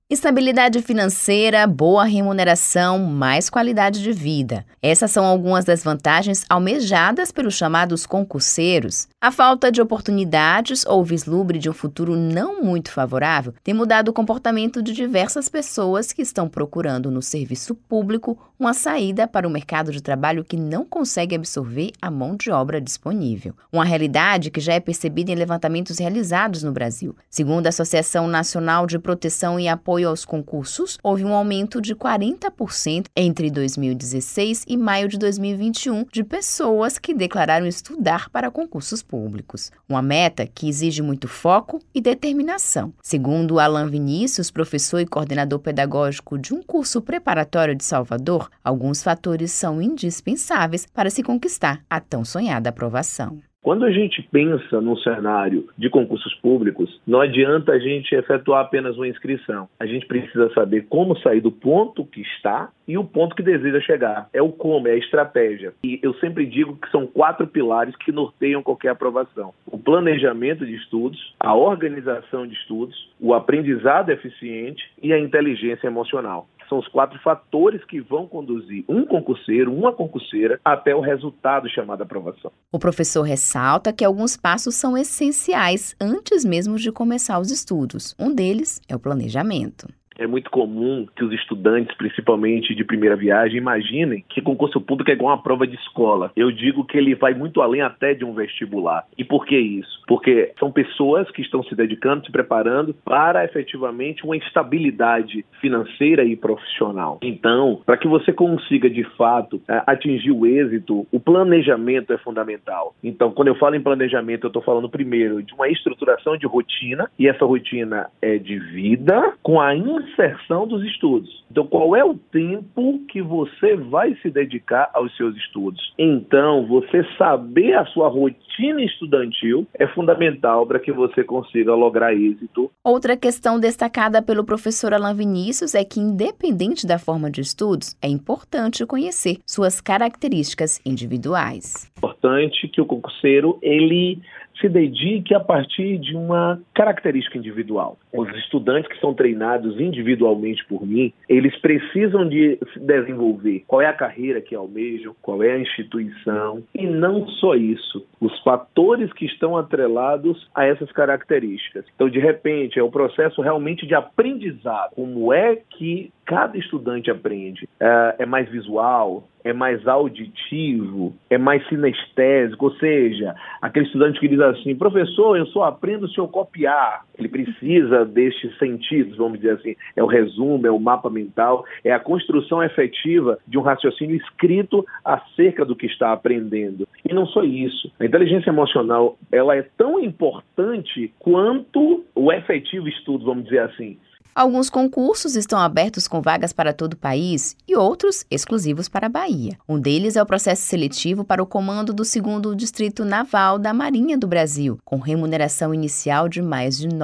Estabilidade financeira, boa remuneração, mais qualidade de vida. Essas são algumas das vantagens almejadas pelos chamados concurseiros. A falta de oportunidades ou vislumbre de um futuro não muito favorável tem mudado o comportamento de diversas pessoas que estão procurando no serviço público uma saída para o mercado de trabalho que não consegue absorver a mão de obra disponível. Uma realidade que já é percebida em levantamentos realizados no Brasil. Segundo a Associação Nacional de Proteção e Apoio aos concursos, houve um aumento de 40% entre 2016 e maio de 2021 de pessoas que declararam estudar para concursos públicos. Uma meta que exige muito foco e determinação. Segundo Alan Vinícius, professor e coordenador pedagógico de um curso preparatório de Salvador, alguns fatores são indispensáveis para se conquistar a tão sonhada aprovação. Quando a gente pensa num cenário de concursos públicos, não adianta a gente efetuar apenas uma inscrição. A gente precisa saber como sair do ponto que está e o ponto que deseja chegar. É o como, é a estratégia. E eu sempre digo que são 4 pilares que norteiam qualquer aprovação. O planejamento de estudos, a organização de estudos, o aprendizado eficiente e a inteligência emocional. São os 4 fatores que vão conduzir um concurseiro, uma concurseira, até o resultado chamado aprovação. O professor ressalta que alguns passos são essenciais antes mesmo de começar os estudos. Um deles é o planejamento. É muito comum que os estudantes, principalmente de primeira viagem, imaginem que concurso público é igual uma prova de escola. Eu digo que ele vai muito além até de um vestibular. E por que isso? Porque são pessoas que estão se dedicando, se preparando para efetivamente uma estabilidade financeira e profissional. Então, para que você consiga de fato atingir o êxito, o planejamento é fundamental. Então, quando eu falo em planejamento, eu estou falando primeiro de uma estruturação de rotina, e essa rotina é de vida com a inserção dos estudos. Então, qual é o tempo que você vai se dedicar aos seus estudos? Então, você saber a sua rotina estudantil é fundamental para que você consiga lograr êxito. Outra questão destacada pelo professor Alan Vinícius é que, independente da forma de estudos, é importante conhecer suas características individuais. É importante que o concurseiro, ele se dedique a partir de uma característica individual. Os estudantes que são treinados individualmente por mim, eles precisam de se desenvolver qual é a carreira que almejam, qual é a instituição, e não só isso, os fatores que estão atrelados a essas características. Então, de repente, é o processo realmente de aprendizado. Como é que cada estudante aprende? É mais visual? É mais auditivo? É mais sinestésico? Ou seja, aquele estudante que diz assim: professor, eu só aprendo se eu copiar. Ele precisa destes sentidos, vamos dizer assim. É o resumo, é o mapa mental, é a construção efetiva de um raciocínio escrito acerca do que está aprendendo. E não só isso. A inteligência emocional, ela é tão importante quanto o efetivo estudo, vamos dizer assim. Alguns concursos estão abertos com vagas para todo o país e outros exclusivos para a Bahia. Um deles é o processo seletivo para o comando do 2º Distrito Naval da Marinha do Brasil, com remuneração inicial de mais de R$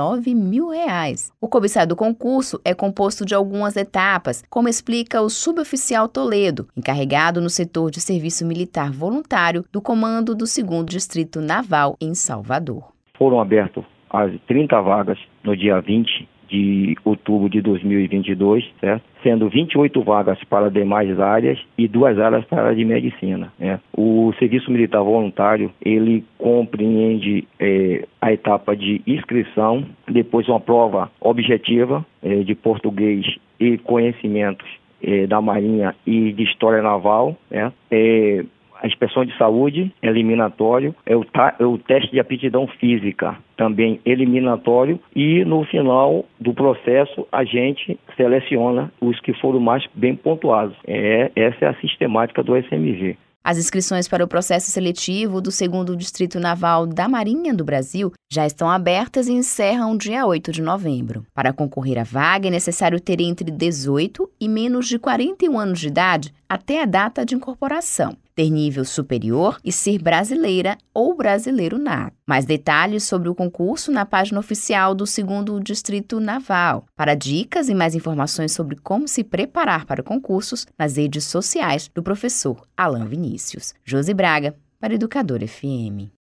9.000. O cobiçado concurso é composto de algumas etapas, como explica o suboficial Toledo, encarregado no setor de serviço militar voluntário do comando do 2º Distrito Naval em Salvador. Foram abertas as 30 vagas no dia 20 de outubro de 2022, certo? Sendo 28 vagas para demais áreas e 2 áreas para a de medicina, né? O serviço militar voluntário, ele compreende a etapa de inscrição, depois uma prova objetiva de português e conhecimentos da Marinha e de História Naval, né? A inspeção de saúde, eliminatório, o teste de aptidão física, também eliminatório, e no final do processo a gente seleciona os que foram mais bem pontuados. Essa é a sistemática do SMV. As inscrições para o processo seletivo do 2º Distrito Naval da Marinha do Brasil já estão abertas e encerram dia 8 de novembro. Para concorrer à vaga, é necessário ter entre 18 e menos de 41 anos de idade até a data de incorporação, ter nível superior e ser brasileira ou brasileiro nato. Mais detalhes sobre o concurso na página oficial do 2º Distrito Naval. Para dicas e mais informações sobre como se preparar para concursos, nas redes sociais do professor Alan Vinícius. Josi Braga, para Educador FM.